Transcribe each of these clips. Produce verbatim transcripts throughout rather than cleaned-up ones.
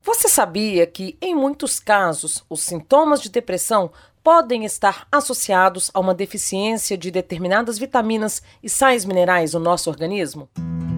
Você sabia que, em muitos casos, os sintomas de depressão podem estar associados a uma deficiência de determinadas vitaminas e sais minerais no nosso organismo?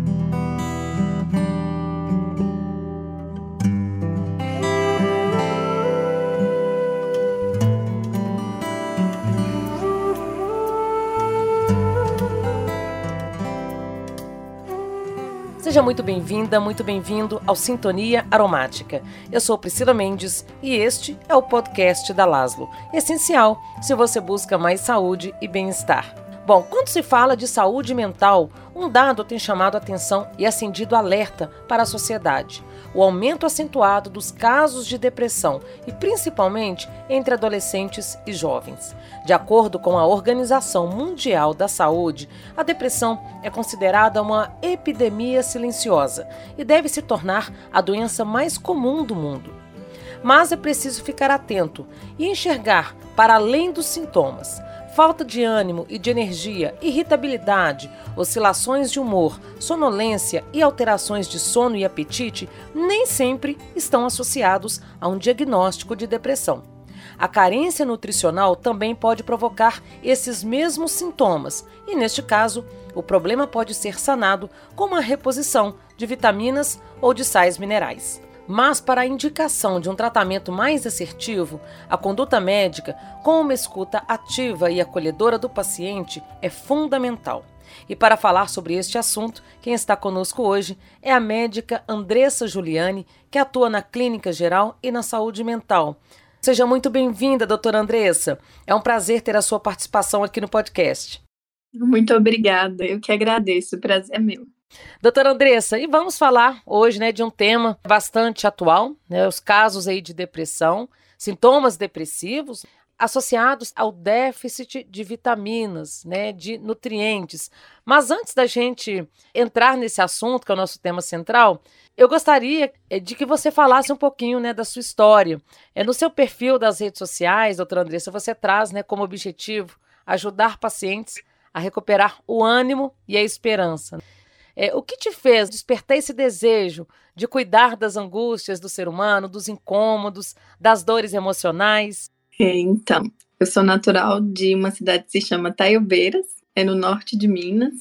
Seja muito bem-vinda, muito bem-vindo ao Sintonia Aromática. Eu sou Priscila Mendes e este é o podcast da Laszlo, essencial se você busca mais saúde e bem-estar. Bom, quando se fala de saúde mental, um dado tem chamado a atenção e acendido alerta para a sociedade: o aumento acentuado dos casos de depressão e principalmente entre adolescentes e jovens. De acordo com a Organização Mundial da Saúde, a depressão é considerada uma epidemia silenciosa e deve se tornar a doença mais comum do mundo. Mas é preciso ficar atento e enxergar para além dos sintomas. Falta de ânimo e de energia, irritabilidade, oscilações de humor, sonolência e alterações de sono e apetite nem sempre estão associados a um diagnóstico de depressão. A carência nutricional também pode provocar esses mesmos sintomas e, neste caso, o problema pode ser sanado com uma reposição de vitaminas ou de sais minerais. Mas para a indicação de um tratamento mais assertivo, a conduta médica, com uma escuta ativa e acolhedora do paciente, é fundamental. E para falar sobre este assunto, quem está conosco hoje é a médica Andressa Giuliani, que atua na Clínica Geral e na Saúde Mental. Seja muito bem-vinda, doutora Andressa. É um prazer ter a sua participação aqui no podcast. Muito obrigada, eu que agradeço, o prazer é meu. Doutora Andressa, e vamos falar hoje, né, de um tema bastante atual, né, os casos aí de depressão, sintomas depressivos associados ao déficit de vitaminas, né, de nutrientes. Mas antes da gente entrar nesse assunto, que é o nosso tema central, eu gostaria de que você falasse um pouquinho, né, da sua história. É, no seu perfil das redes sociais, doutora Andressa, você traz, né, como objetivo ajudar pacientes a recuperar o ânimo e a esperança. É, o que te fez despertar esse desejo de cuidar das angústias do ser humano, dos incômodos, das dores emocionais? É, então, eu sou natural de uma cidade que se chama Taiobeiras, é no norte de Minas.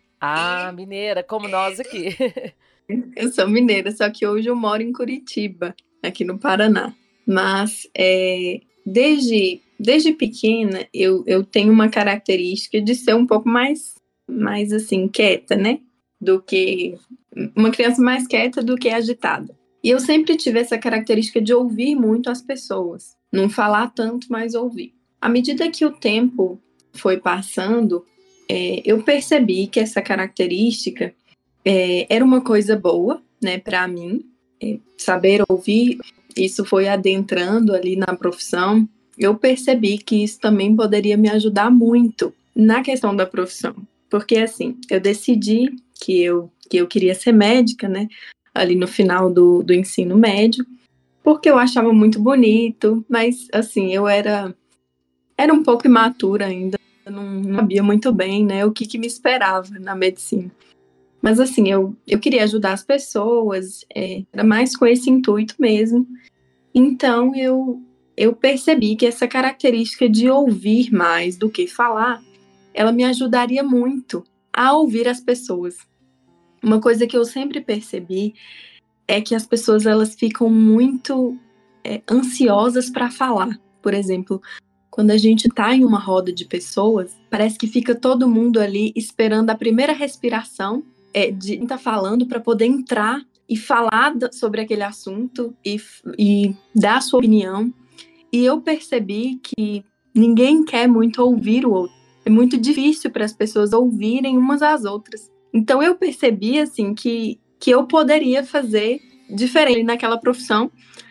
Ah, mineira, como nós aqui. Eu sou mineira, só que hoje eu moro em Curitiba, aqui no Paraná. Mas é, desde, desde pequena eu, eu tenho uma característica de ser um pouco mais, mais assim, quieta, né? do que uma criança mais quieta do que agitada. E eu sempre tive essa característica de ouvir muito as pessoas, não falar tanto, mas ouvir. À medida que o tempo foi passando, é, eu percebi que essa característica é, era uma coisa boa, né, para mim, é, saber ouvir. Isso foi adentrando ali na profissão. Eu percebi que isso também poderia me ajudar muito na questão da profissão, porque assim, eu decidi que eu, que eu queria ser médica, né, ali no final do, do ensino médio, porque eu achava muito bonito, mas, assim, eu era, era um pouco imatura ainda, eu não, não sabia muito bem, né, o que, que me esperava na medicina. Mas, assim, eu, eu queria ajudar as pessoas, é, era mais com esse intuito mesmo. Então, eu, eu percebi que essa característica de ouvir mais do que falar, ela me ajudaria muito a ouvir as pessoas. Uma coisa que eu sempre percebi é que as pessoas elas ficam muito é, ansiosas para falar. Por exemplo, quando a gente está em uma roda de pessoas, parece que fica todo mundo ali esperando a primeira respiração é, de quem está falando para poder entrar e falar sobre aquele assunto e, e dar a sua opinião. E eu percebi que ninguém quer muito ouvir o outro. É muito difícil para as pessoas ouvirem umas às outras. Então eu percebi assim, que, que eu poderia fazer diferente naquela profissão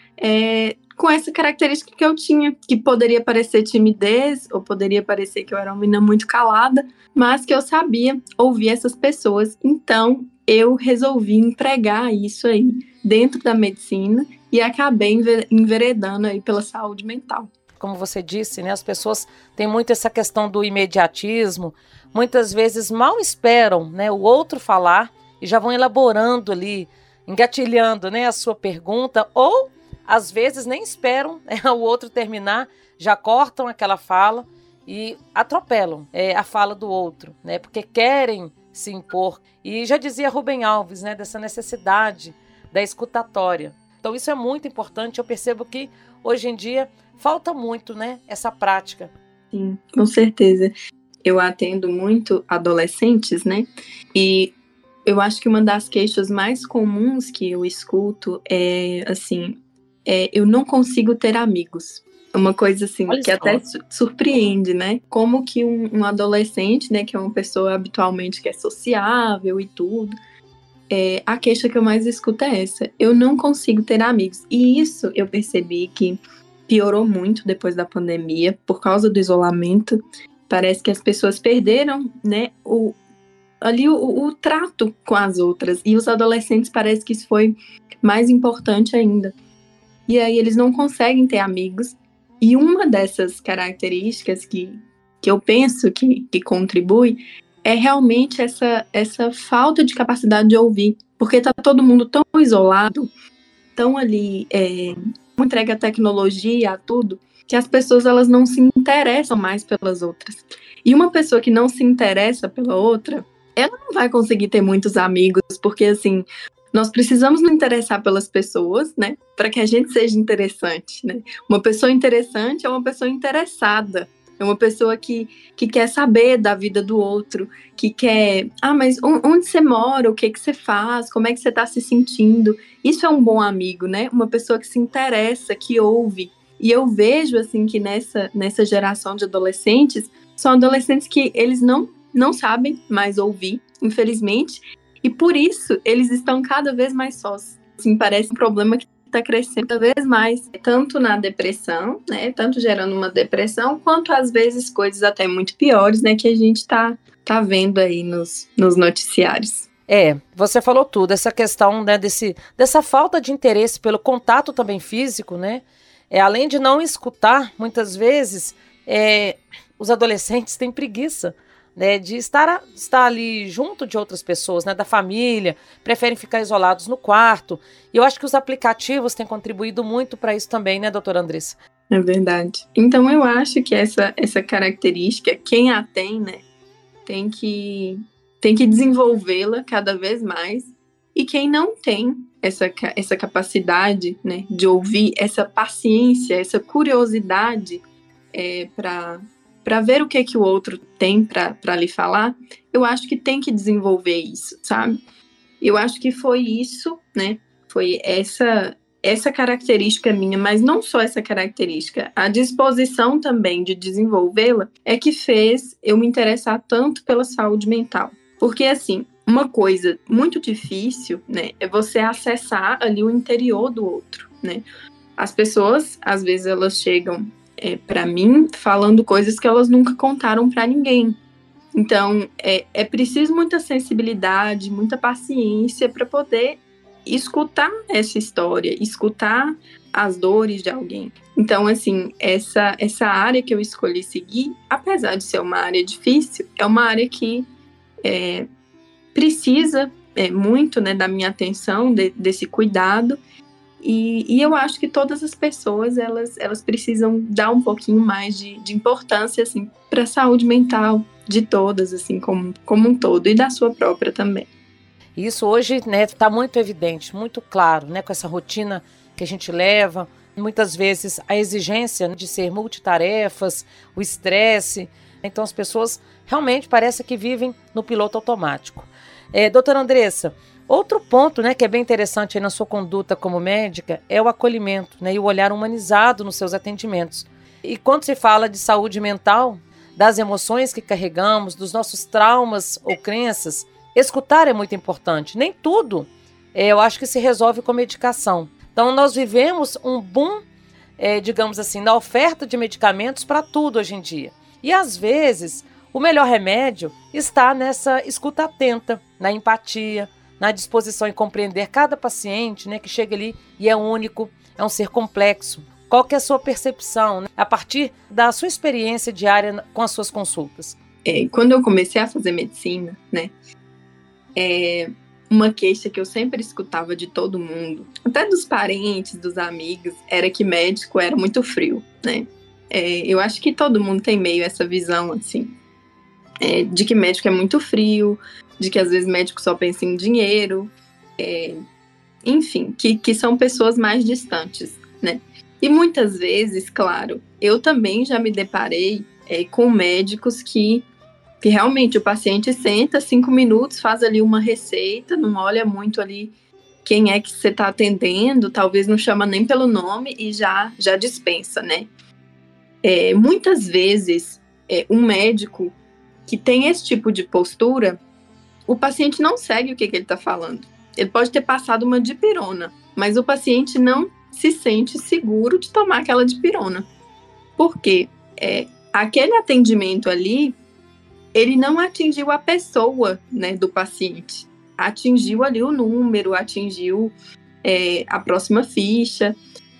é, com essa característica que eu tinha, que poderia parecer timidez, ou poderia parecer que eu era uma menina muito calada, mas que eu sabia ouvir essas pessoas. Então eu resolvi empregar isso aí dentro da medicina e acabei enveredando aí pela saúde mental. Como você disse, né, as pessoas têm muito essa questão do imediatismo, muitas vezes mal esperam, né, o outro falar e já vão elaborando ali engatilhando, né, a sua pergunta, ou às vezes nem esperam, né, o outro terminar, já cortam aquela fala e atropelam é, a fala do outro, né, porque querem se impor. E já dizia Rubem Alves, né, dessa necessidade da escutatória. Então isso é muito importante. Eu percebo que hoje em dia falta muito, né, essa prática. Sim, com certeza. Eu atendo muito adolescentes, né, e eu acho que uma das queixas mais comuns que eu escuto é, assim, é, eu não consigo ter amigos. Uma coisa assim, Olha que só. até surpreende, né? Como que um, um adolescente, né, que é uma pessoa habitualmente que é sociável e tudo, é, a queixa que eu mais escuto é essa: eu não consigo ter amigos. E isso eu percebi que piorou muito depois da pandemia, por causa do isolamento. Parece que as pessoas perderam, né, o, ali o, o trato com as outras. E os adolescentes, parece que isso foi mais importante ainda. E aí eles não conseguem ter amigos. E uma dessas características que, que eu penso que, que contribui é realmente essa, essa falta de capacidade de ouvir. Porque está todo mundo tão isolado, tão ali, é, entregue a tecnologia, a tudo, que as pessoas elas não se interessam mais pelas outras. E uma pessoa que não se interessa pela outra, ela não vai conseguir ter muitos amigos, porque assim, nós precisamos nos interessar pelas pessoas, né, para que a gente seja interessante, né? Uma pessoa interessante é uma pessoa interessada, é uma pessoa que, que quer saber da vida do outro, que quer, ah, mas onde você mora, o que, que você faz, como é que você está se sentindo? Isso é um bom amigo, né? Uma pessoa que se interessa, que ouve. E eu vejo, assim, que nessa, nessa geração de adolescentes, são adolescentes que eles não, não sabem mais ouvir, infelizmente, e por isso eles estão cada vez mais sós. Assim, parece um problema que está crescendo cada vez mais, tanto na depressão, né, tanto gerando uma depressão, quanto às vezes coisas até muito piores, né, que a gente está tá vendo aí nos, nos noticiários. É, você falou tudo, essa questão, né, desse, dessa falta de interesse pelo contato também físico, né, é, além de não escutar, muitas vezes, é, os adolescentes têm preguiça, né, de estar, estar ali junto de outras pessoas, né, da família, preferem ficar isolados no quarto. E eu acho que os aplicativos têm contribuído muito para isso também, né, doutora Andressa? É verdade. Então eu acho que essa, essa característica, quem a tem, né, tem que, tem que desenvolvê-la cada vez mais. E quem não tem essa, essa capacidade, né, de ouvir, essa paciência, essa curiosidade é, para para ver o que, que o outro tem para lhe falar, eu acho que tem que desenvolver isso, sabe? Eu acho que foi isso, né? Foi essa, essa característica minha, mas não só essa característica, a disposição também de desenvolvê-la é que fez eu me interessar tanto pela saúde mental. Porque, assim, uma coisa muito difícil, né, é você acessar ali o interior do outro, né? As pessoas, às vezes, elas chegam É, para mim, falando coisas que elas nunca contaram para ninguém. Então, é, é preciso muita sensibilidade, muita paciência para poder escutar essa história, escutar as dores de alguém. Então, assim, essa, essa área que eu escolhi seguir, apesar de ser uma área difícil, é uma área que é, precisa é, muito, né, da minha atenção, de, desse cuidado. E, e eu acho que todas as pessoas, elas, elas precisam dar um pouquinho mais de, de importância, assim, para a saúde mental de todas, assim, como, como um todo, e da sua própria também. Isso hoje, né, está muito evidente, muito claro, né, com essa rotina que a gente leva, muitas vezes a exigência de ser multitarefas, o estresse. Então as pessoas realmente parece que vivem no piloto automático. É, doutora Andressa, outro ponto, né, que é bem interessante aí na sua conduta como médica é o acolhimento, né, e o olhar humanizado nos seus atendimentos. E quando se fala de saúde mental, das emoções que carregamos, dos nossos traumas ou crenças, escutar é muito importante. Nem tudo, é, eu acho que se resolve com medicação. Então nós vivemos um boom, é, digamos assim, na oferta de medicamentos para tudo hoje em dia. E às vezes o melhor remédio está nessa escuta atenta, na empatia, na disposição em compreender cada paciente, né, que chega ali e é único, é um ser complexo. Qual que é a sua percepção, né, a partir da sua experiência diária com as suas consultas? É, quando eu comecei a fazer medicina, né, é, uma queixa que eu sempre escutava de todo mundo, até dos parentes, dos amigos, era que médico era muito frio, né? É, eu acho que todo mundo tem meio essa visão, assim, é, de que médico é muito frio, de que às vezes médico só pensa em dinheiro, é, enfim, que, que são pessoas mais distantes, né? E muitas vezes, claro, eu também já me deparei é, com médicos que que realmente o paciente senta cinco minutos, faz ali uma receita, não olha muito ali quem é que você está atendendo, talvez não chama nem pelo nome e já, já dispensa, né? É, muitas vezes, é, um médico que tem esse tipo de postura, o paciente não segue o que, que ele está falando. Ele pode ter passado uma dipirona, mas o paciente não se sente seguro de tomar aquela dipirona. Por quê? É, aquele atendimento ali, ele não atingiu a pessoa, né, do paciente. Atingiu ali o número, atingiu é, a próxima ficha.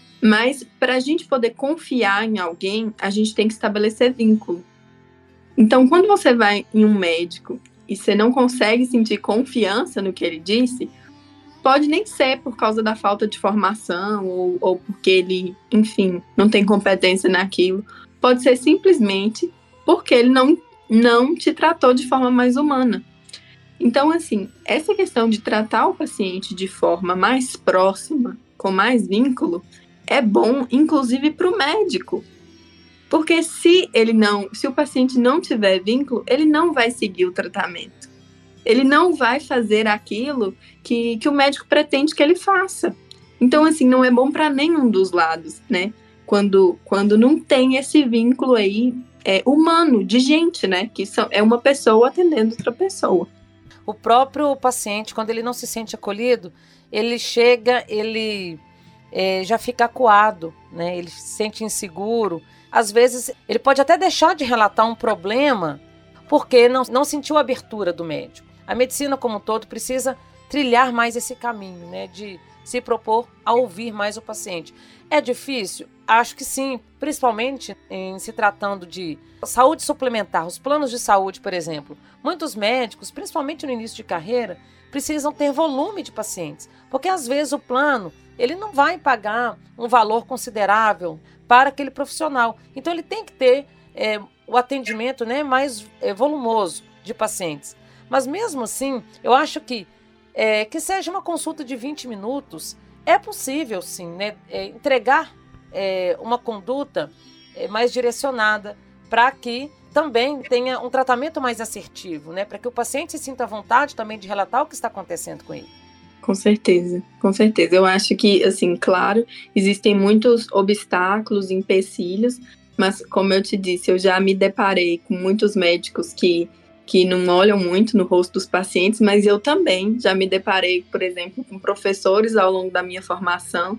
Mas para a gente poder confiar em alguém, a gente tem que estabelecer vínculo. Então, quando você vai em um médico e você não consegue sentir confiança no que ele disse, pode nem ser por causa da falta de formação ou, ou porque ele, enfim, não tem competência naquilo. Pode ser simplesmente porque ele não não te tratou de forma mais humana. Então, assim, essa questão de tratar o paciente de forma mais próxima, com mais vínculo, é bom, inclusive, para o médico. Porque se ele não, se o paciente não tiver vínculo, ele não vai seguir o tratamento. Ele não vai fazer aquilo que, que o médico pretende que ele faça. Então, assim, não é bom para nenhum dos lados, né? Quando, quando não tem esse vínculo aí, É, humano, de gente, né? Que são, é uma pessoa atendendo outra pessoa. O próprio paciente, quando ele não se sente acolhido, ele chega, ele é, já fica acuado, né? Ele se sente inseguro. Às vezes, ele pode até deixar de relatar um problema porque não, não sentiu a abertura do médico. A medicina como um todo precisa trilhar mais esse caminho, né? De se propor a ouvir mais o paciente. É difícil? Acho que sim, principalmente em se tratando de saúde suplementar, os planos de saúde, por exemplo. Muitos médicos, principalmente no início de carreira, precisam ter volume de pacientes, porque às vezes o plano ele não vai pagar um valor considerável para aquele profissional. Então ele tem que ter é, o atendimento, né, mais é, volumoso de pacientes. Mas mesmo assim, eu acho que É, que seja uma consulta de vinte minutos, é possível sim, né, é, entregar é, uma conduta é, mais direcionada para que também tenha um tratamento mais assertivo, né, para que o paciente se sinta à vontade também de relatar o que está acontecendo com ele. Com certeza, com certeza. Eu acho que, assim, claro, existem muitos obstáculos, empecilhos, mas como eu te disse, eu já me deparei com muitos médicos que que não olham muito no rosto dos pacientes, mas eu também já me deparei, por exemplo, com professores ao longo da minha formação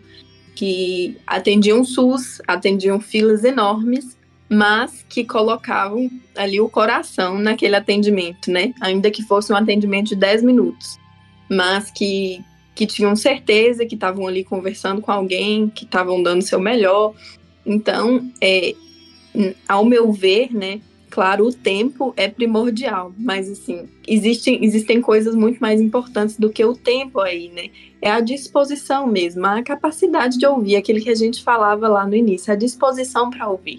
que atendiam SUS, atendiam filas enormes, mas que colocavam ali o coração naquele atendimento, né? Ainda que fosse um atendimento de dez minutos, mas que, que tinham certeza que estavam ali conversando com alguém, que estavam dando o seu melhor. Então, é, ao meu ver, né, claro, o tempo é primordial, mas assim, existem, existem coisas muito mais importantes do que o tempo aí, né? É a disposição mesmo, a capacidade de ouvir, aquilo que a gente falava lá no início, a disposição para ouvir.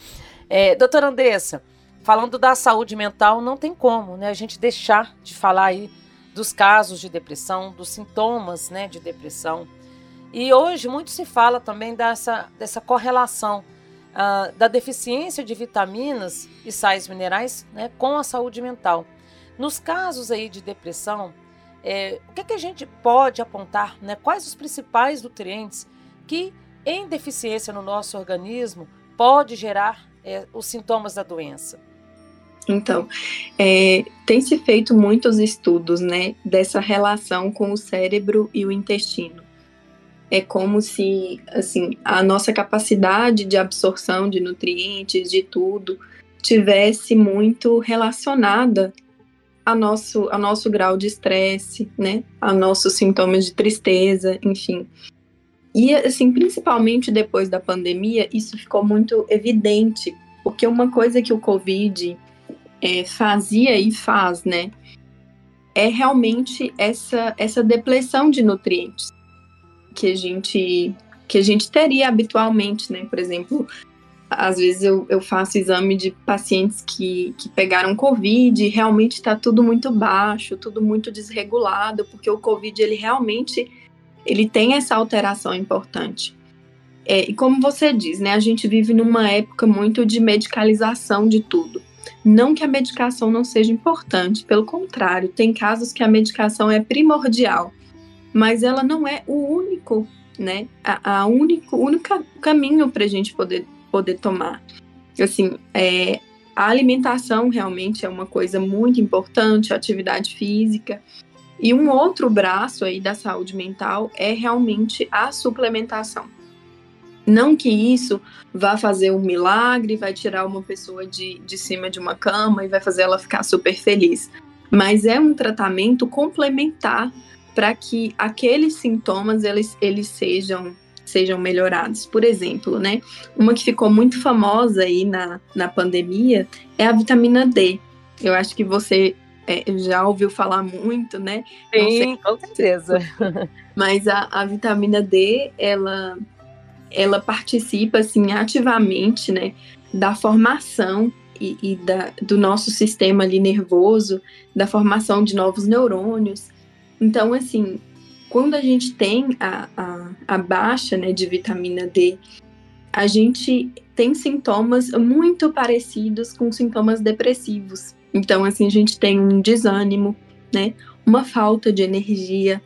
É, doutora Andressa, falando da saúde mental, não tem como, né, a gente deixar de falar aí dos casos de depressão, dos sintomas, né, de depressão. E hoje muito se fala também dessa, dessa correlação Uh, da deficiência de vitaminas e sais minerais, né, com a saúde mental. Nos casos aí de depressão, é, o que, é que a gente pode apontar, né, quais os principais nutrientes que, em deficiência no nosso organismo, pode gerar é, os sintomas da doença? Então, é, tem se feito muitos estudos, né, dessa relação com o cérebro e o intestino. É como se, assim, a nossa capacidade de absorção de nutrientes, de tudo, tivesse muito relacionada ao nosso, ao nosso grau de estresse, né? A nossos sintomas de tristeza, enfim. E, assim, principalmente depois da pandemia, isso ficou muito evidente, porque uma coisa que o Covid é, fazia e faz, né? é realmente essa, essa depleção de nutrientes que a gente, que a gente teria habitualmente, né? Por exemplo, às vezes eu, eu faço exame de pacientes que, que pegaram Covid e realmente está tudo muito baixo, tudo muito desregulado, porque o Covid, ele realmente ele tem essa alteração importante. É, e como você diz, né, a gente vive numa época muito de medicalização de tudo. Não que a medicação não seja importante, pelo contrário, tem casos que a medicação é primordial, mas ela não é o único, né, a, a único, único caminho para a gente poder, poder tomar. Assim, é, a alimentação realmente é uma coisa muito importante, a atividade física. E um outro braço aí da saúde mental é realmente a suplementação. Não que isso vá fazer um milagre, vai tirar uma pessoa de, de cima de uma cama e vai fazer ela ficar super feliz. Mas é um tratamento complementar para que aqueles sintomas eles, eles sejam, sejam melhorados. Por exemplo, né, uma que ficou muito famosa aí na, na pandemia é a vitamina D. Eu acho que você é, já ouviu falar muito, né? Sim, com certeza. Mas a, a vitamina D, ela... ela participa, assim, ativamente, né, da formação e, e da, do nosso sistema ali nervoso, da formação de novos neurônios. Então, assim, quando a gente tem a, a, a baixa, né, de vitamina D, a gente tem sintomas muito parecidos com sintomas depressivos. Então, assim, a gente tem um desânimo, né, uma falta de energia,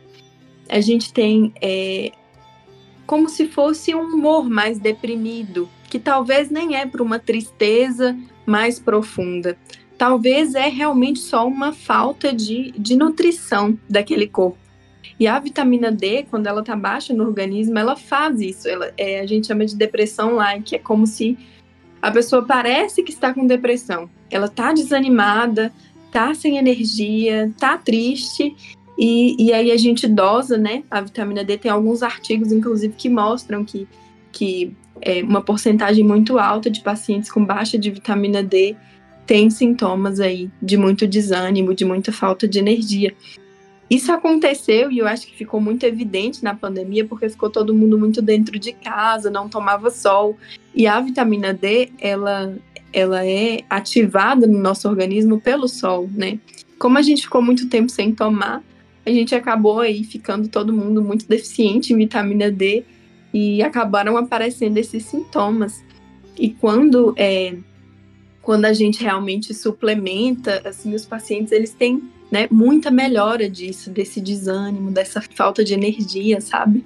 a gente tem... É, como se fosse um humor mais deprimido, que talvez nem é por uma tristeza mais profunda. Talvez é realmente só uma falta de, de nutrição daquele corpo. E a vitamina D, quando ela está baixa no organismo, ela faz isso. Ela, é, a gente chama de depressão like, é como se a pessoa parece que está com depressão. Ela está desanimada, está sem energia, está triste. E, e aí a gente dosa, né, a vitamina D. Tem alguns artigos, inclusive, que mostram que, que é, uma porcentagem muito alta de pacientes com baixa de vitamina D tem sintomas aí de muito desânimo, de muita falta de energia. Isso aconteceu e eu acho que ficou muito evidente na pandemia, porque ficou todo mundo muito dentro de casa, não tomava sol. E a vitamina D, ela, ela é ativada no nosso organismo pelo sol, né? Como a gente ficou muito tempo sem tomar, a gente acabou aí ficando todo mundo muito deficiente em vitamina D e acabaram aparecendo esses sintomas. E quando, é, quando a gente realmente suplementa, assim, os pacientes, eles têm, né, muita melhora disso, desse desânimo, dessa falta de energia, sabe?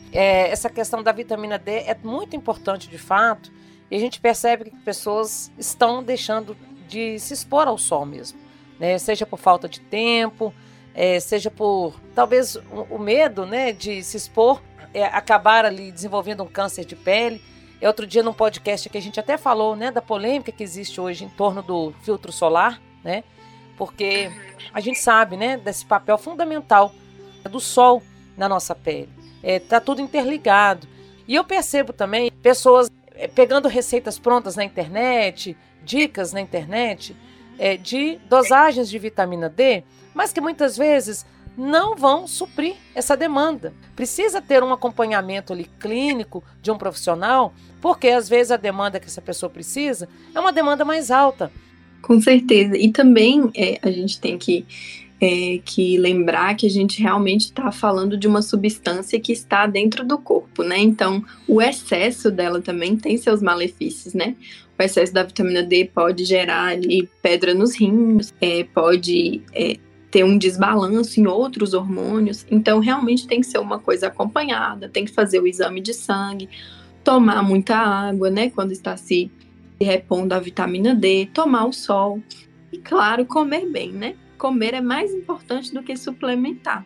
É, essa questão da vitamina D é muito importante de fato, e a gente percebe que pessoas estão deixando de se expor ao sol mesmo, né? Seja por falta de tempo, É, seja por, talvez, o, o medo, né, de se expor, é, acabar ali desenvolvendo um câncer de pele. E outro dia, num podcast que a gente até falou, né, da polêmica que existe hoje em torno do filtro solar, né, porque a gente sabe, né, desse papel fundamental do sol na nossa pele. É, tá tudo interligado. E eu percebo também pessoas é, pegando receitas prontas na internet, dicas na internet, é, de dosagens de vitamina D, mas que muitas vezes não vão suprir essa demanda. Precisa ter um acompanhamento ali clínico de um profissional, porque às vezes a demanda que essa pessoa precisa é uma demanda mais alta. Com certeza. E também é, a gente tem que, é, que lembrar que a gente realmente está falando de uma substância que está dentro do corpo, né? Então, o excesso dela também tem seus malefícios, né? O excesso da vitamina D pode gerar ali pedra nos rins, é, pode... É, ter um desbalanço em outros hormônios, então realmente tem que ser uma coisa acompanhada, tem que fazer o exame de sangue, tomar muita água, né, quando está se repondo a vitamina D, tomar o sol e, claro, comer bem, né? Comer é mais importante do que suplementar.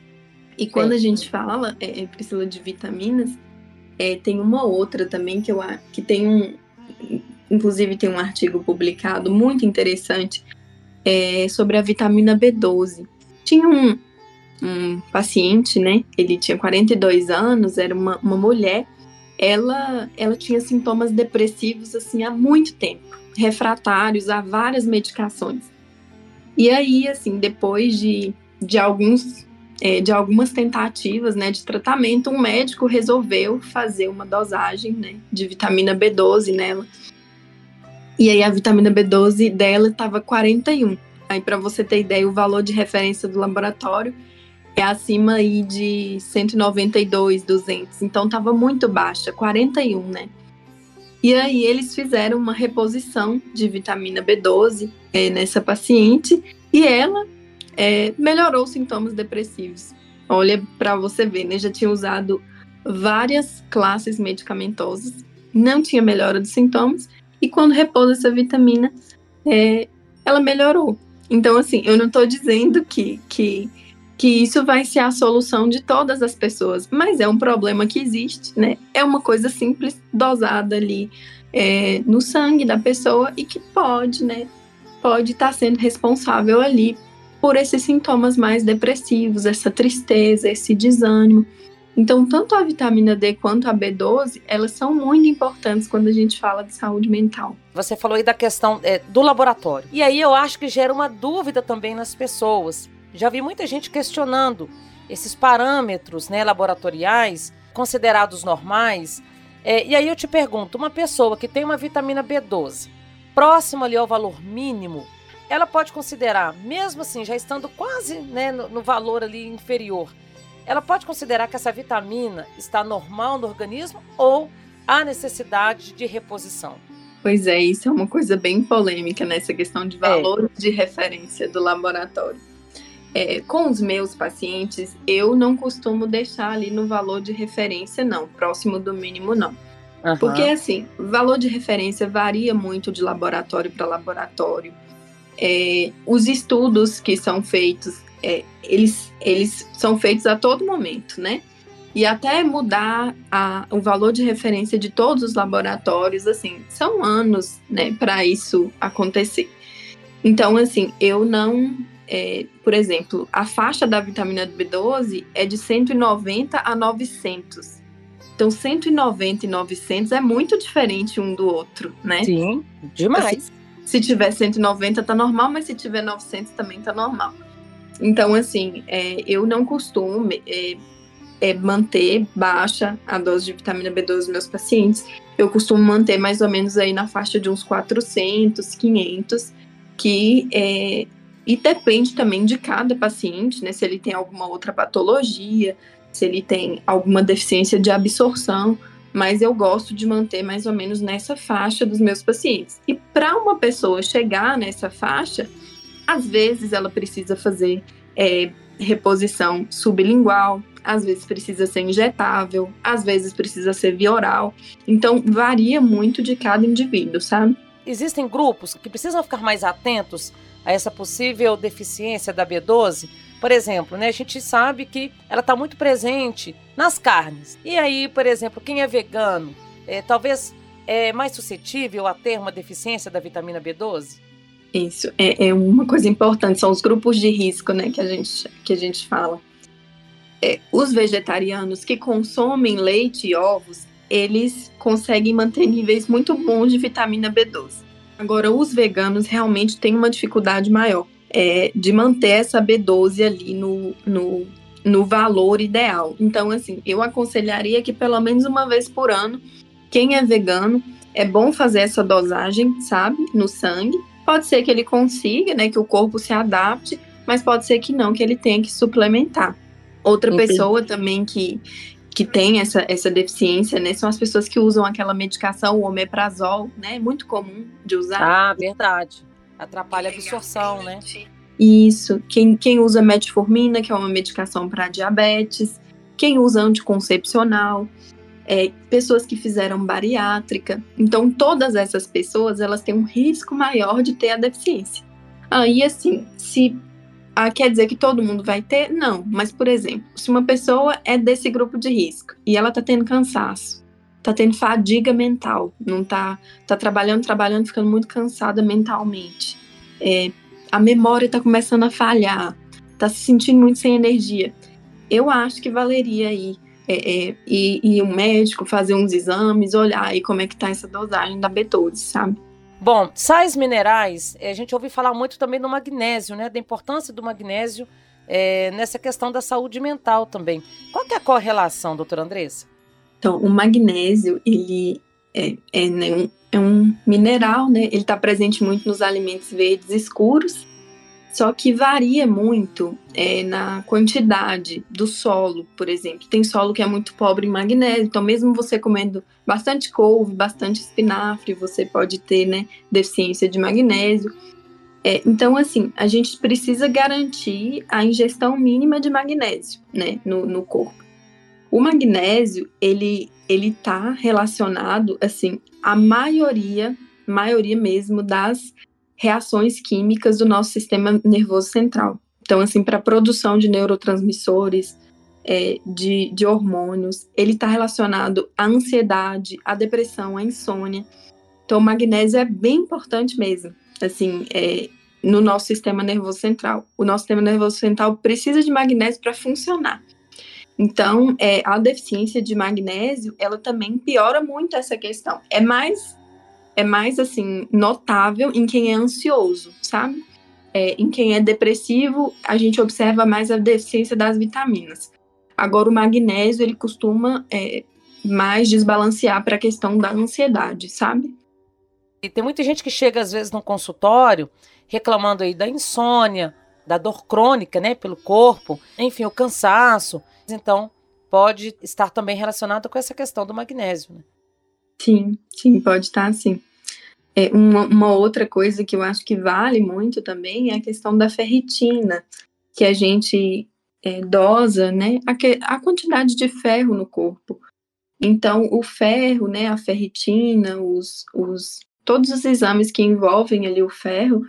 E quando a gente fala, é, Priscila, de vitaminas, é, tem uma outra também que eu que tem um, inclusive tem um artigo publicado muito interessante, É, sobre a vitamina B doze. Tinha um, um paciente, né? Ele tinha quarenta e dois anos, era uma, uma mulher. Ela, ela tinha sintomas depressivos assim há muito tempo, refratários a várias medicações. E aí, assim, depois de, de, alguns, é, de algumas tentativas, né, de tratamento, um médico resolveu fazer uma dosagem, né, de vitamina B doze nela. E aí a vitamina B doze dela estava quarenta e um. Aí, para você ter ideia, o valor de referência do laboratório é acima aí de cento e noventa e dois, duzentos. Então, estava muito baixa, quarenta e um, né? E aí, eles fizeram uma reposição de vitamina B doze é, nessa paciente e ela é, melhorou os sintomas depressivos. Olha, para você ver, né? Já tinha usado várias classes medicamentosas, não tinha melhora dos sintomas, e quando repousa essa vitamina, é, ela melhorou. Então, assim, eu não estou dizendo que, que, que isso vai ser a solução de todas as pessoas, mas é um problema que existe, né? É uma coisa simples, dosada ali é, no sangue da pessoa e que pode, né? Pode estar sendo responsável ali por esses sintomas mais depressivos, essa tristeza, esse desânimo. Então, tanto a vitamina D quanto a B doze, elas são muito importantes quando a gente fala de saúde mental. Você falou aí da questão é, do laboratório. E aí eu acho que gera uma dúvida também nas pessoas. Já vi muita gente questionando esses parâmetros, né, laboratoriais considerados normais. É, e aí eu te pergunto, uma pessoa que tem uma vitamina B doze próxima ali ao valor mínimo, ela pode considerar, mesmo assim, já estando quase, né, no, no valor ali inferior, ela pode considerar que essa vitamina está normal no organismo ou há necessidade de reposição? Pois é, isso é uma coisa bem polêmica nessa questão de valor é. de referência do laboratório. É, com os meus pacientes, eu não costumo deixar ali no valor de referência, não, próximo do mínimo, não. Uhum. Porque, assim, o valor de referência varia muito de laboratório para laboratório. É, os estudos que são feitos, é, eles, eles são feitos a todo momento, né? E até mudar a, o valor de referência de todos os laboratórios, assim, são anos, né, para isso acontecer. Então, assim, eu não... É, por exemplo, a faixa da vitamina B doze é de cento e noventa a novecentos. Então, cento e noventa e novecentos é muito diferente um do outro, né? Sim, demais. Assim, se tiver cento e noventa tá normal, mas se tiver novecentos também tá normal. Então, assim, é, eu não costumo é, é, manter baixa a dose de vitamina B doze nos meus pacientes. Eu costumo manter mais ou menos aí na faixa de uns quatrocentos, quinhentos, que é, e depende também de cada paciente, né? Se ele tem alguma outra patologia, se ele tem alguma deficiência de absorção, mas eu gosto de manter mais ou menos nessa faixa dos meus pacientes. E para uma pessoa chegar nessa faixa, às vezes ela precisa fazer é, reposição sublingual, às vezes precisa ser injetável, às vezes precisa ser via oral. Então, varia muito de cada indivíduo, sabe? Existem grupos que precisam ficar mais atentos a essa possível deficiência da B doze? Por exemplo, né, a gente sabe que ela está muito presente nas carnes. E aí, por exemplo, quem é vegano, é, talvez é mais suscetível a ter uma deficiência da vitamina B doze? Isso, é, é uma coisa importante, são os grupos de risco, né, que a gente, que a gente fala. É, os vegetarianos que consomem leite e ovos, eles conseguem manter níveis muito bons de vitamina B doze. Agora, os veganos realmente têm uma dificuldade maior. É, de manter essa B doze ali no, no, no valor ideal. Então, assim, eu aconselharia que pelo menos uma vez por ano, quem é vegano, é bom fazer essa dosagem, sabe, no sangue. Pode ser que ele consiga, né, que o corpo se adapte, mas pode ser que não, que ele tenha que suplementar. Outra Entendi. pessoa também que, que tem essa, essa deficiência, né, são as pessoas que usam aquela medicação, o omeprazol, né, muito comum de usar. Ah, verdade. Atrapalha a absorção, né? Isso. Quem, quem usa metformina, que é uma medicação para diabetes. Quem usa anticoncepcional. É, pessoas que fizeram bariátrica. Então, todas essas pessoas, elas têm um risco maior de ter a deficiência. Aí, assim, se... Ah, quer dizer que todo mundo vai ter? Não. Mas, por exemplo, se uma pessoa é desse grupo de risco e ela tá tendo cansaço, tá tendo fadiga mental, não tá, tá trabalhando, trabalhando, ficando muito cansada mentalmente. É, a memória tá começando a falhar, tá se sentindo muito sem energia. Eu acho que valeria aí é, é, ir, ir um médico, fazer uns exames, olhar aí como é que tá essa dosagem da B doze, sabe? Bom, sais minerais, a gente ouve falar muito também do magnésio, né? Da importância do magnésio é, nessa questão da saúde mental também. Qual que é a correlação, doutora Andressa? Então, o magnésio, ele é, é, né, um, é um mineral, né? Ele está presente muito nos alimentos verdes escuros, só que varia muito é, na quantidade do solo, por exemplo. Tem solo que é muito pobre em magnésio, então mesmo você comendo bastante couve, bastante espinafre, você pode ter, né, deficiência de magnésio. É, então, assim, a gente precisa garantir a ingestão mínima de magnésio, né, no, no corpo. O magnésio, ele ele está relacionado, assim, à maioria, maioria mesmo das reações químicas do nosso sistema nervoso central. Então, assim, para a produção de neurotransmissores, é, de, de hormônios, ele está relacionado à ansiedade, à depressão, à insônia. Então, o magnésio é bem importante mesmo, assim, é, no nosso sistema nervoso central. O nosso sistema nervoso central precisa de magnésio para funcionar. Então, é, a deficiência de magnésio, ela também piora muito essa questão. É mais É mais, assim, notável em quem é ansioso, sabe? É, em quem é depressivo, a gente observa mais a deficiência das vitaminas. Agora, o magnésio, ele costuma é, mais desbalancear para a questão da ansiedade, sabe? E tem muita gente que chega, às vezes, no consultório, reclamando aí da insônia, da dor crônica, né, pelo corpo, enfim, o cansaço. Então, pode estar também relacionado com essa questão do magnésio, né? Sim, sim, pode estar, sim. É, uma, uma outra coisa que eu acho que vale muito também é a questão da ferritina, que a gente é, dosa, né, a, que, a quantidade de ferro no corpo. Então, o ferro, né, a ferritina, os, os, todos os exames que envolvem ali o ferro,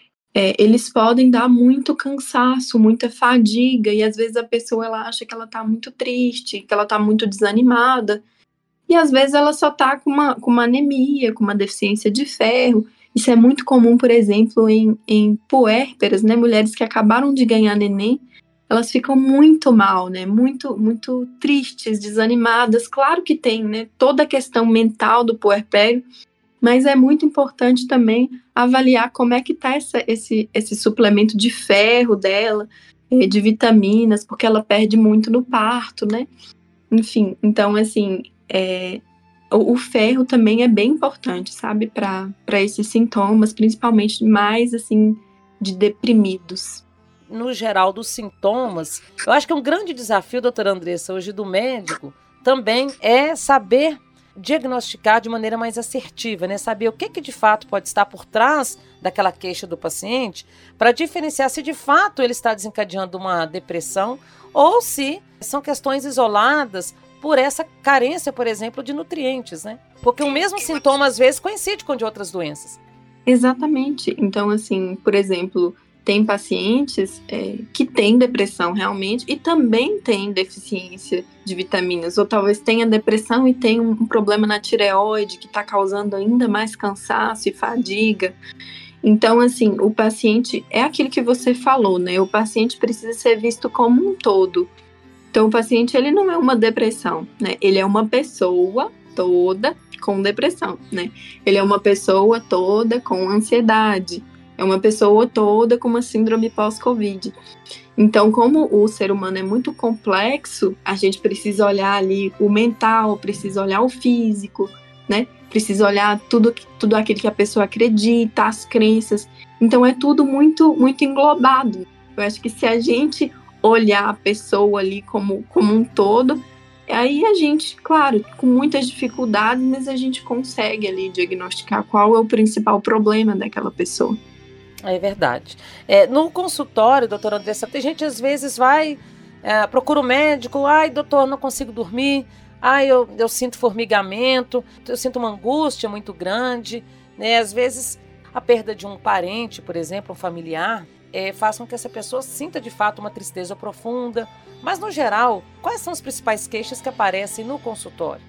é, eles podem dar muito cansaço, muita fadiga, e às vezes a pessoa ela acha que ela está muito triste, que ela está muito desanimada, e às vezes ela só está com uma, com uma anemia, com uma deficiência de ferro. Isso é muito comum, por exemplo, em, em puérperas, né? Mulheres que acabaram de ganhar neném, elas ficam muito mal, né? Muito, muito tristes, desanimadas. Claro que tem, né? Toda a questão mental do puerpério, mas é muito importante também avaliar como é que está esse, esse suplemento de ferro dela, de vitaminas, porque ela perde muito no parto, né? Enfim, então, assim, é, o, o ferro também é bem importante, sabe, para esses sintomas, principalmente mais, assim, de deprimidos. No geral, dos sintomas, eu acho que é um grande desafio, doutora Andressa, hoje do médico, também é saber diagnosticar de maneira mais assertiva, né? Saber o que, que de fato pode estar por trás daquela queixa do paciente, para diferenciar se de fato ele está desencadeando uma depressão ou se são questões isoladas por essa carência, por exemplo, de nutrientes, né? Porque o mesmo sintoma, às vezes, coincide com de outras doenças. Exatamente. Então, assim, por exemplo, tem pacientes é, que têm depressão realmente e também têm deficiência de vitaminas, ou talvez tenha depressão e tenha um problema na tireoide que está causando ainda mais cansaço e fadiga. Então, assim, o paciente, é aquilo que você falou, né? O paciente precisa ser visto como um todo. Então, o paciente, ele não é uma depressão, né? Ele é uma pessoa toda com depressão, né? Ele é uma pessoa toda com ansiedade. É uma pessoa toda com uma síndrome pós-Covid. Então, como o ser humano é muito complexo, a gente precisa olhar ali o mental, precisa olhar o físico, né? Precisa olhar tudo, tudo aquilo que a pessoa acredita, as crenças. Então, é tudo muito, muito englobado. Eu acho que se a gente olhar a pessoa ali como, como um todo, aí a gente, claro, com muitas dificuldades, mas a gente consegue ali diagnosticar qual é o principal problema daquela pessoa. É verdade. É, no consultório, doutora Andressa, tem gente às vezes vai, é, procura o médico, ai, doutor, não consigo dormir, ai, eu, eu sinto formigamento, eu sinto uma angústia muito grande, né? Às vezes a perda de um parente, por exemplo, um familiar, é, faz com que essa pessoa sinta de fato uma tristeza profunda. Mas, no geral, quais são as principais queixas que aparecem no consultório?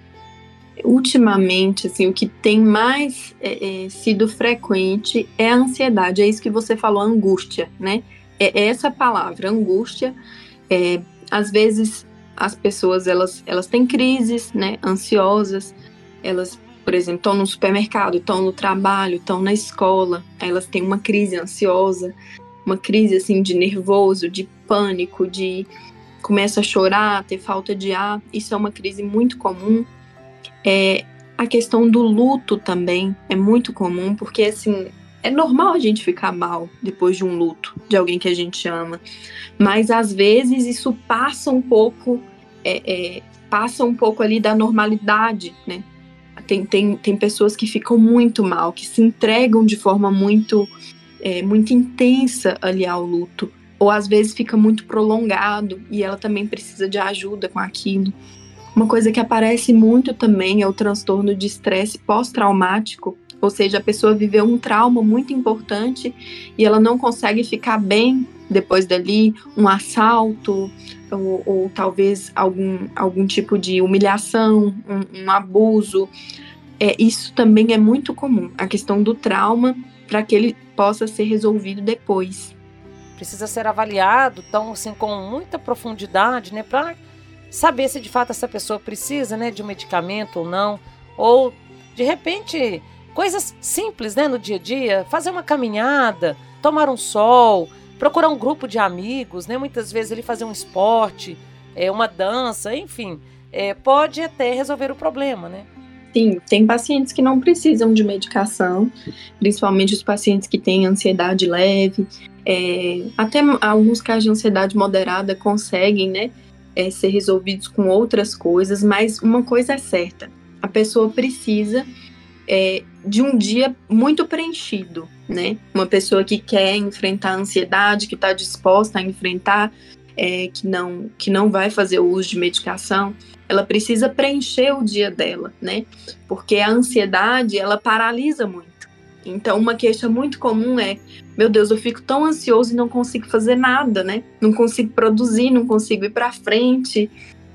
Ultimamente, assim, o que tem mais é, é, sido frequente é a ansiedade, é isso que você falou, angústia, né? É essa palavra, angústia. É, às vezes, as pessoas, elas, elas têm crises, né, ansiosas, elas por exemplo, estão no supermercado, estão no trabalho, estão na escola, aí elas têm uma crise ansiosa, uma crise assim de nervoso, de pânico, de começa a chorar, ter falta de ar. Isso é uma crise muito comum. É, a questão do luto também é muito comum, porque assim, é normal a gente ficar mal depois de um luto de alguém que a gente ama, mas às vezes isso passa um pouco, é, é, passa um pouco ali da normalidade, né? Tem, tem, tem pessoas que ficam muito mal, que se entregam de forma muito, é, muito intensa ali ao luto, ou às vezes fica muito prolongado e ela também precisa de ajuda com aquilo. Uma coisa que aparece muito também é o transtorno de estresse pós-traumático, ou seja, a pessoa viveu um trauma muito importante e ela não consegue ficar bem depois dali, um assalto, ou, ou talvez algum, algum tipo de humilhação, um, um abuso. É, isso também é muito comum, a questão do trauma, para que ele possa ser resolvido depois. Precisa ser avaliado, então, assim, com muita profundidade, né, para saber se de fato essa pessoa precisa, né, de um medicamento ou não, ou de repente coisas simples, né, no dia a dia, fazer uma caminhada, tomar um sol, procurar um grupo de amigos, né, muitas vezes ele fazer um esporte, é, uma dança, enfim, é, pode até resolver o problema, né? Sim, tem pacientes que não precisam de medicação, principalmente os pacientes que têm ansiedade leve, é, até alguns casos de ansiedade moderada conseguem, né, É, ser resolvidos com outras coisas, mas uma coisa é certa, a pessoa precisa é, de um dia muito preenchido, né? Uma pessoa que quer enfrentar a ansiedade, que está disposta a enfrentar, é, que, não, que não vai fazer o uso de medicação, ela precisa preencher o dia dela, né? Porque a ansiedade, ela paralisa muito. Então, uma queixa muito comum é: meu Deus, eu fico tão ansioso e não consigo fazer nada, né? Não consigo produzir, não consigo ir para frente.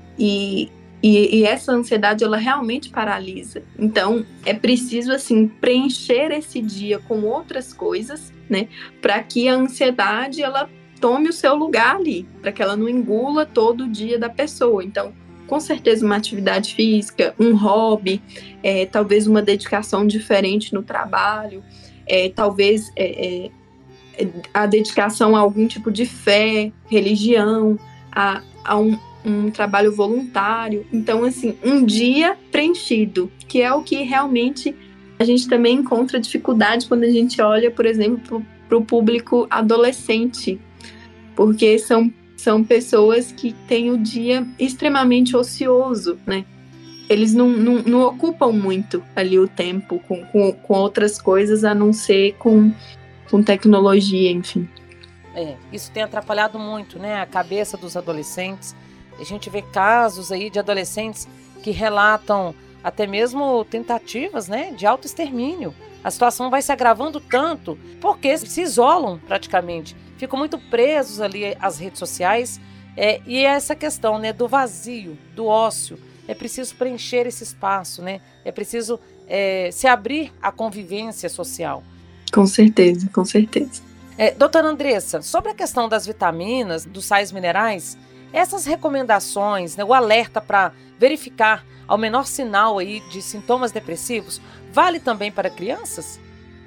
E, e, e essa ansiedade, ela realmente paralisa. Então, é preciso, assim, preencher esse dia com outras coisas, né? Para que a ansiedade, ela tome o seu lugar ali, para que ela não engula todo o dia da pessoa. Então, com certeza uma atividade física, um hobby, é, talvez uma dedicação diferente no trabalho, é, talvez é, é, a dedicação a algum tipo de fé, religião, a, a um, um trabalho voluntário. Então, assim, um dia preenchido, que é o que realmente a gente também encontra dificuldade quando a gente olha, por exemplo, para o público adolescente, porque são São pessoas que têm o dia extremamente ocioso, né? Eles não, não, não ocupam muito ali o tempo com, com, com outras coisas, a não ser com, com tecnologia, enfim. É, isso tem atrapalhado muito, né, a cabeça dos adolescentes. A gente vê casos aí de adolescentes que relatam até mesmo tentativas, né, de autoextermínio. A situação vai se agravando tanto porque se isolam praticamente, ficam muito presos ali às redes sociais, é, e essa questão, né, do vazio, do ócio, é preciso preencher esse espaço, né? É preciso é, se abrir à convivência social. Com certeza, com certeza. É, doutora Andressa, sobre a questão das vitaminas, dos sais minerais, essas recomendações, né, o alerta para verificar ao menor sinal aí de sintomas depressivos, vale também para crianças?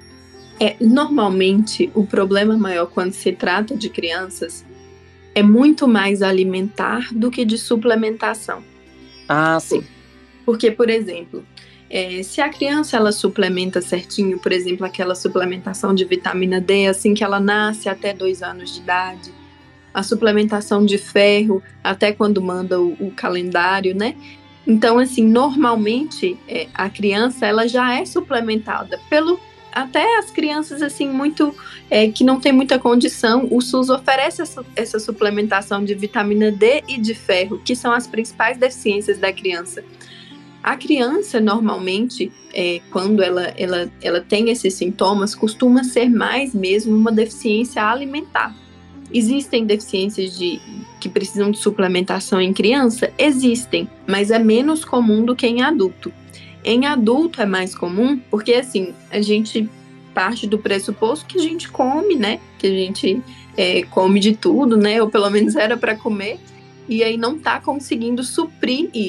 É, normalmente, o problema maior quando se trata de crianças é muito mais alimentar do que de suplementação. Ah, sim. Porque, por exemplo, é, se a criança ela suplementa certinho, por exemplo, aquela suplementação de vitamina D assim que ela nasce até dois anos de idade, a suplementação de ferro até quando manda o, o calendário, né? Então, assim, normalmente é, a criança ela já é suplementada pelo até as crianças assim muito é, que não tem muita condição. O SUS oferece essa, essa suplementação de vitamina D e de ferro, que são as principais deficiências da criança. A criança normalmente, é, quando ela, ela, ela tem esses sintomas, costuma ser mais mesmo uma deficiência alimentar. Existem deficiências de, que precisam de suplementação em criança? Existem, mas é menos comum do que em adulto. Em adulto é mais comum, porque assim, a gente parte do pressuposto que a gente come, né? Que a gente é, come de tudo, né? Ou pelo menos era para comer, e aí não tá conseguindo suprir isso.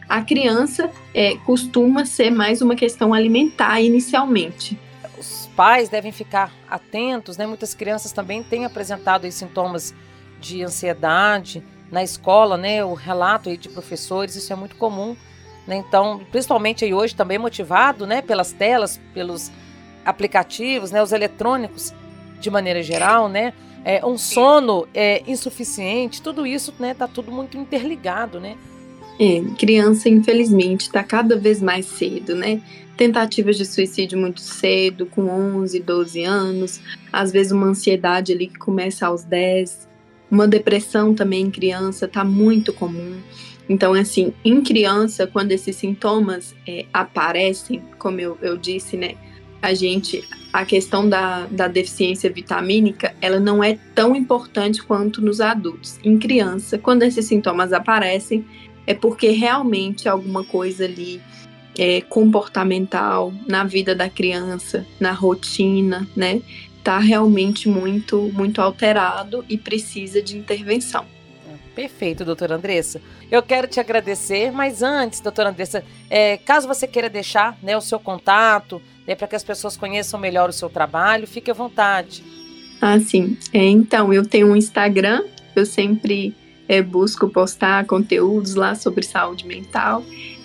A criança é, costuma ser mais uma questão alimentar inicialmente. Os pais devem ficar atentos, né? Muitas crianças também têm apresentado aí sintomas de ansiedade na escola, né? O relato aí de professores, isso é muito comum, né? Então, principalmente aí hoje também motivado, né? Pelas telas, pelos aplicativos, né? Os eletrônicos de maneira geral, né? É, um sono é, insuficiente, tudo isso, né? Tá tudo muito interligado, né? É, criança, infelizmente, está cada vez mais cedo, né? Tentativas de suicídio muito cedo, com onze, doze anos, às vezes uma ansiedade ali que começa aos dez, uma depressão também em criança está muito comum. Então, assim, em criança, quando esses sintomas é, aparecem, como eu, eu disse, né? A gente, a questão da, da deficiência vitamínica, ela não é tão importante quanto nos adultos. Em criança, quando esses sintomas aparecem, é porque realmente alguma coisa ali é, comportamental na vida da criança, na rotina, né, tá realmente muito, muito alterado e precisa de intervenção. Perfeito, doutora Andressa. Eu quero te agradecer, mas antes, doutora Andressa, é, caso você queira deixar, né, o seu contato, né, para que as pessoas conheçam melhor o seu trabalho, fique à vontade. Ah, sim. É, então, eu tenho um Instagram, eu sempre é, busco postar conteúdos lá sobre saúde mental,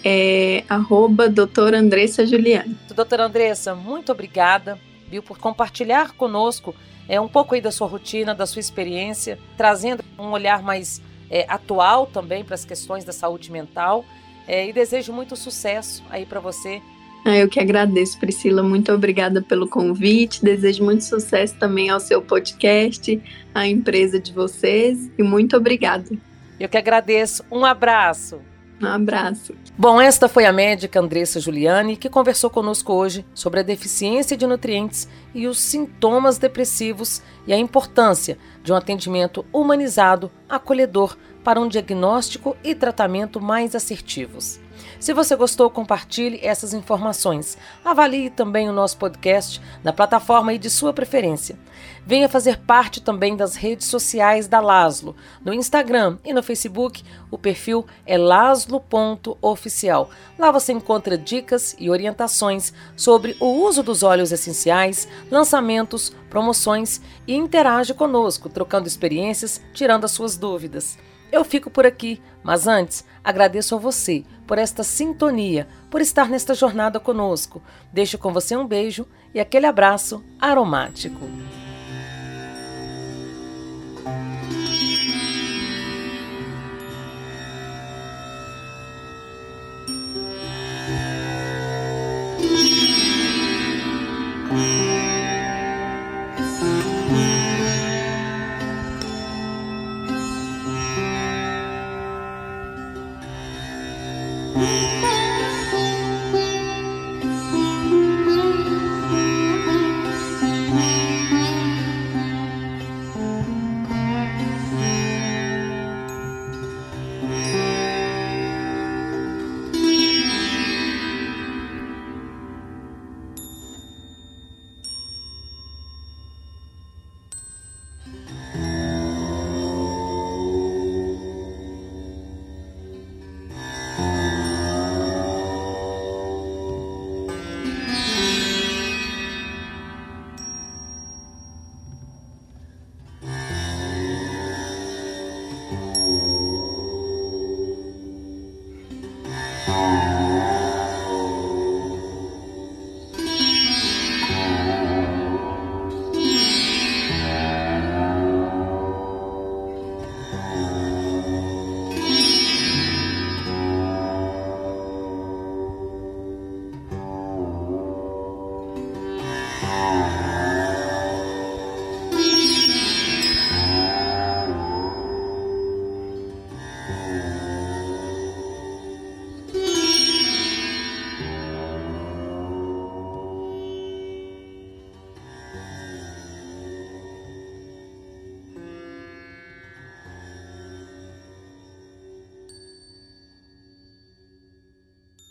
é arroba doutora Andressa Juliane. Doutora Andressa, muito obrigada, viu, por compartilhar conosco é, um pouco aí da sua rotina, da sua experiência, trazendo um olhar mais é, atual também para as questões da saúde mental, é, e desejo muito sucesso aí para você. Ah, eu que agradeço, Priscila, muito obrigada pelo convite, desejo muito sucesso também ao seu podcast, à empresa de vocês, e muito obrigada. Eu que agradeço, um abraço. Um abraço. Bom, esta foi a médica Andressa Juliane, que conversou conosco hoje sobre a deficiência de nutrientes e os sintomas depressivos e a importância de um atendimento humanizado, acolhedor, para um diagnóstico e tratamento mais assertivos. Se você gostou, compartilhe essas informações. Avalie também o nosso podcast na plataforma de sua preferência. Venha fazer parte também das redes sociais da Laslo. No Instagram e no Facebook, o perfil é laslo ponto oficial. Lá você encontra dicas e orientações sobre o uso dos óleos essenciais, lançamentos, promoções e interage conosco, trocando experiências, tirando as suas dúvidas. Eu fico por aqui, mas antes agradeço a você por esta sintonia, por estar nesta jornada conosco. Deixo com você um beijo e aquele abraço aromático.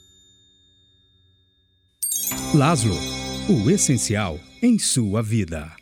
Laslo, o essencial em sua vida.